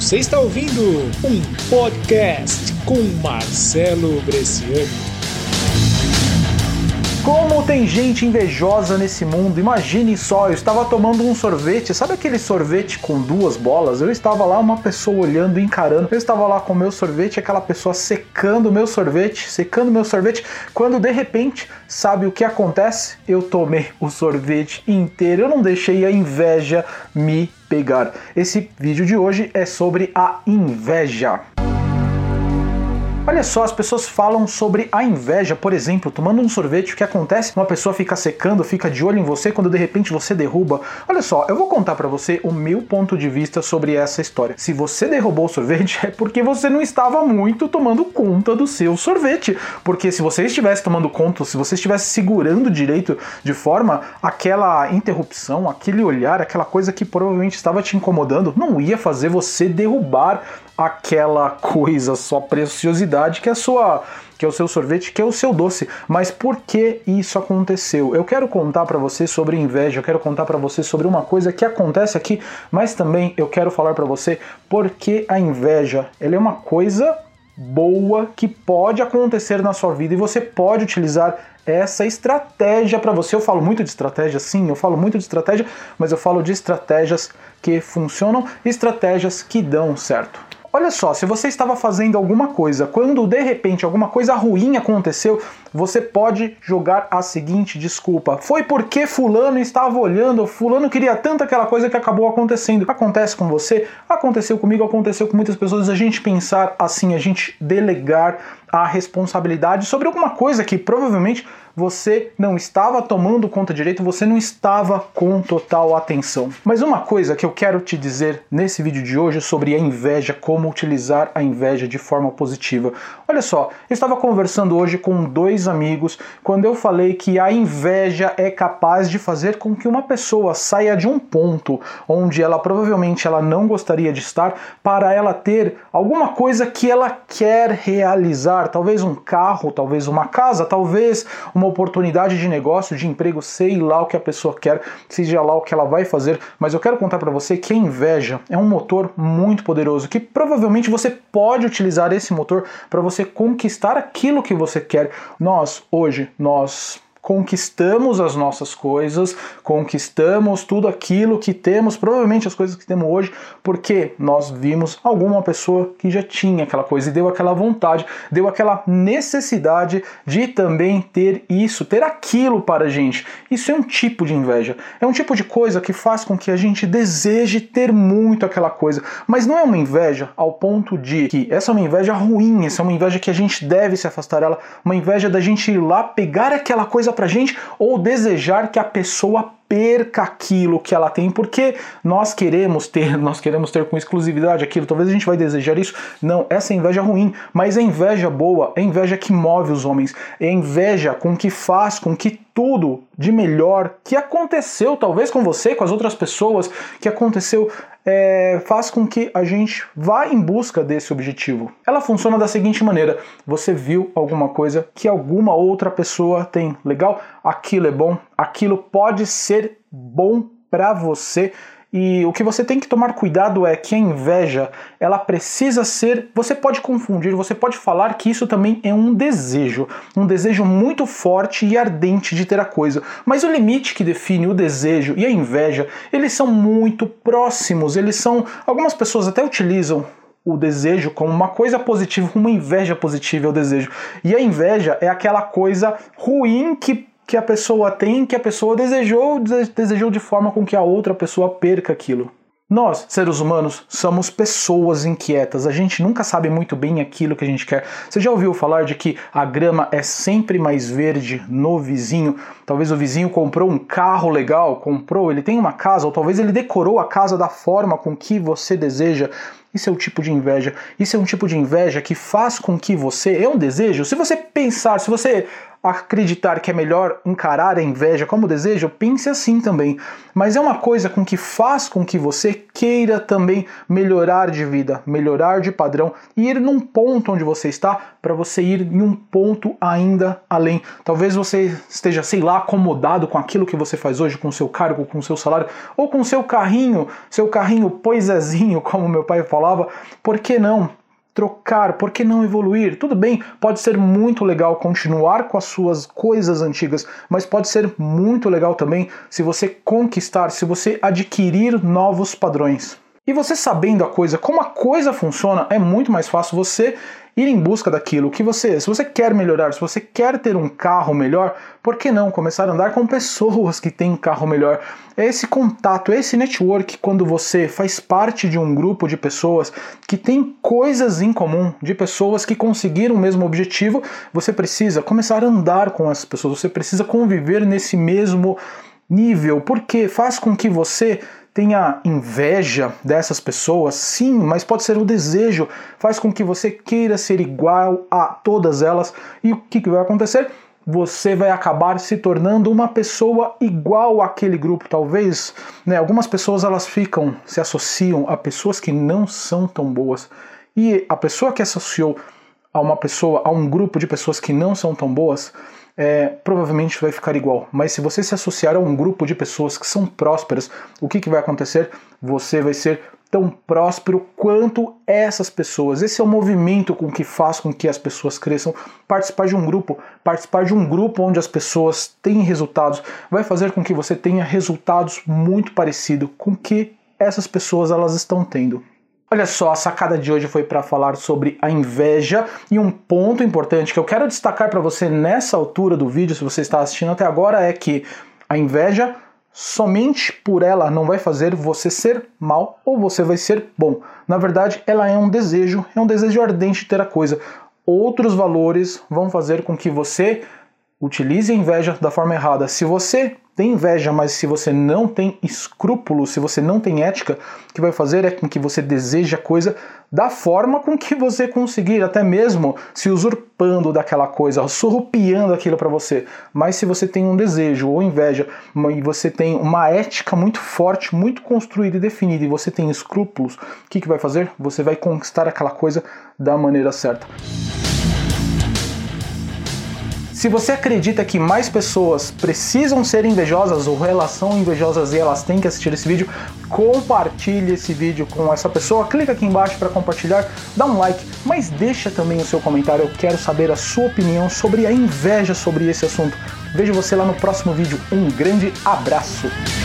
Você está ouvindo um podcast com Marcelo Bresciani. Como tem gente invejosa nesse mundo, imagine só, eu estava tomando um sorvete, sabe aquele sorvete com duas bolas? Eu estava lá, uma pessoa olhando, encarando, eu estava lá com o meu sorvete, aquela pessoa secando o meu sorvete, quando de repente, sabe o que acontece? Eu tomei o sorvete inteiro, eu não deixei a inveja me pegar. Esse vídeo de hoje é sobre a inveja. Olha só, as pessoas falam sobre a inveja, por exemplo, tomando um sorvete, o que acontece? Uma pessoa fica secando, fica de olho em você quando de repente você derruba. Olha só, eu vou contar pra você o meu ponto de vista sobre essa história. Se você derrubou o sorvete é porque você não estava muito tomando conta do seu sorvete. Porque se você estivesse tomando conta, se você estivesse segurando direito de forma, aquela interrupção, aquele olhar, aquela coisa que provavelmente estava te incomodando, não ia fazer você derrubar aquela coisa, sua preciosidade que é o seu sorvete, que é o seu doce. Mas por que isso aconteceu? Eu quero contar para você sobre inveja, eu quero contar para você sobre uma coisa que acontece aqui, mas também eu quero falar para você porque a inveja, ela é uma coisa boa que pode acontecer na sua vida e você pode utilizar essa estratégia para você. Eu falo muito de estratégia, sim, eu falo muito de estratégia, mas eu falo de estratégias que funcionam, estratégias que dão certo. Olha só, se você estava fazendo alguma coisa, quando de repente alguma coisa ruim aconteceu, você pode jogar a seguinte desculpa: foi porque fulano estava olhando, fulano queria tanto aquela coisa que acabou acontecendo. Acontece com você, aconteceu comigo, aconteceu com muitas pessoas. A gente pensar assim, a gente delegar a responsabilidade sobre alguma coisa que provavelmente você não estava tomando conta direito, você não estava com total atenção. Mas uma coisa que eu quero te dizer nesse vídeo de hoje sobre a inveja, como utilizar a inveja de forma positiva. Olha só, eu estava conversando hoje com dois amigos quando eu falei que a inveja é capaz de fazer com que uma pessoa saia de um ponto onde ela provavelmente ela não gostaria de estar para ela ter alguma coisa que ela quer realizar, talvez um carro, talvez uma casa, talvez uma oportunidade de negócio, de emprego, sei lá o que a pessoa quer, seja lá o que ela vai fazer, mas eu quero contar para você que a inveja é um motor muito poderoso, que provavelmente você pode utilizar esse motor para você conquistar aquilo que você quer. Nós conquistamos as nossas coisas, conquistamos tudo aquilo que temos, provavelmente as coisas que temos hoje, porque nós vimos alguma pessoa que já tinha aquela coisa e deu aquela vontade, deu aquela necessidade de também ter isso, ter aquilo para a gente. Isso é um tipo de inveja, é um tipo de coisa que faz com que a gente deseje ter muito aquela coisa, mas não é uma inveja ao ponto de que essa é uma inveja ruim, essa é uma inveja que a gente deve se afastar dela, uma inveja da gente ir lá pegar aquela coisa pra gente ou desejar que a pessoa perca aquilo que ela tem, porque nós queremos ter com exclusividade aquilo, talvez a gente vai desejar isso. Não, essa é inveja ruim, mas a inveja boa é a inveja que move os homens, é a inveja com que faz com que tudo de melhor que aconteceu, talvez com você, com as outras pessoas, que aconteceu, faz com que a gente vá em busca desse objetivo. Ela funciona da seguinte maneira: você viu alguma coisa que alguma outra pessoa tem, legal? Aquilo é bom, aquilo pode ser bom para você. E o que você tem que tomar cuidado é que a inveja, ela precisa ser, você pode confundir, você pode falar que isso também é um desejo muito forte e ardente de ter a coisa. Mas o limite que define o desejo e a inveja, eles são muito próximos, algumas pessoas até utilizam o desejo como uma coisa positiva, uma inveja positiva é o desejo. E a inveja é aquela coisa ruim que a pessoa tem, que a pessoa desejou de forma com que a outra pessoa perca aquilo. Nós, seres humanos, somos pessoas inquietas, a gente nunca sabe muito bem aquilo que a gente quer. Você já ouviu falar de que a grama é sempre mais verde no vizinho? Talvez o vizinho comprou um carro legal, ele tem uma casa, ou talvez ele decorou a casa da forma com que você deseja. Isso é um tipo de inveja. Isso é um tipo de inveja que faz com que você... É um desejo. Se você pensar, se você acreditar que é melhor encarar a inveja como desejo, pense assim também. Mas é uma coisa com que faz com que você queira também melhorar de vida, melhorar de padrão e ir num ponto onde você está para você ir em um ponto ainda além. Talvez você esteja, sei lá, acomodado com aquilo que você faz hoje, com o seu cargo, com o seu salário ou com o seu carrinho poisézinho, como meu pai falava. Por que não trocar? Por que não evoluir? Tudo bem, pode ser muito legal continuar com as suas coisas antigas, mas pode ser muito legal também se você conquistar, se você adquirir novos padrões. E você sabendo como a coisa funciona, é muito mais fácil você ir em busca daquilo que se você quer melhorar, se você quer ter um carro melhor, por que não começar a andar com pessoas que têm um carro melhor? É esse contato, é esse network, quando você faz parte de um grupo de pessoas que tem coisas em comum, de pessoas que conseguiram o mesmo objetivo, você precisa começar a andar com essas pessoas, você precisa conviver nesse mesmo nível, porque faz com que você tenha inveja dessas pessoas, sim, mas pode ser o desejo, faz com que você queira ser igual a todas elas, e o que vai acontecer? Você vai acabar se tornando uma pessoa igual àquele grupo. Talvez, algumas pessoas elas se associam a pessoas que não são tão boas, e a pessoa que associou a um grupo de pessoas que não são tão boas, provavelmente vai ficar igual. Mas se você se associar a um grupo de pessoas que são prósperas, o que vai acontecer? Você vai ser tão próspero quanto essas pessoas. Esse é o movimento que faz com que as pessoas cresçam. Participar de um grupo onde as pessoas têm resultados, vai fazer com que você tenha resultados muito parecidos com que essas pessoas elas estão tendo. Olha só, a sacada de hoje foi para falar sobre a inveja, e um ponto importante que eu quero destacar para você nessa altura do vídeo, se você está assistindo até agora, é que a inveja, somente por ela, não vai fazer você ser mal ou você vai ser bom. Na verdade, ela é um desejo ardente de ter a coisa. Outros valores vão fazer com que você utilize a inveja da forma errada. Se você tem inveja, mas se você não tem escrúpulos, se você não tem ética, o que vai fazer é com que você deseje a coisa da forma com que você conseguir, até mesmo se usurpando daquela coisa, surrupiando aquilo para você. Mas se você tem um desejo ou inveja, e você tem uma ética muito forte, muito construída e definida, e você tem escrúpulos, o que vai fazer? Você vai conquistar aquela coisa da maneira certa. Se você acredita que mais pessoas precisam ser invejosas ou elas são invejosas e elas têm que assistir esse vídeo, compartilhe esse vídeo com essa pessoa, clica aqui embaixo para compartilhar, dá um like, mas deixa também o seu comentário, eu quero saber a sua opinião sobre a inveja sobre esse assunto. Vejo você lá no próximo vídeo, um grande abraço!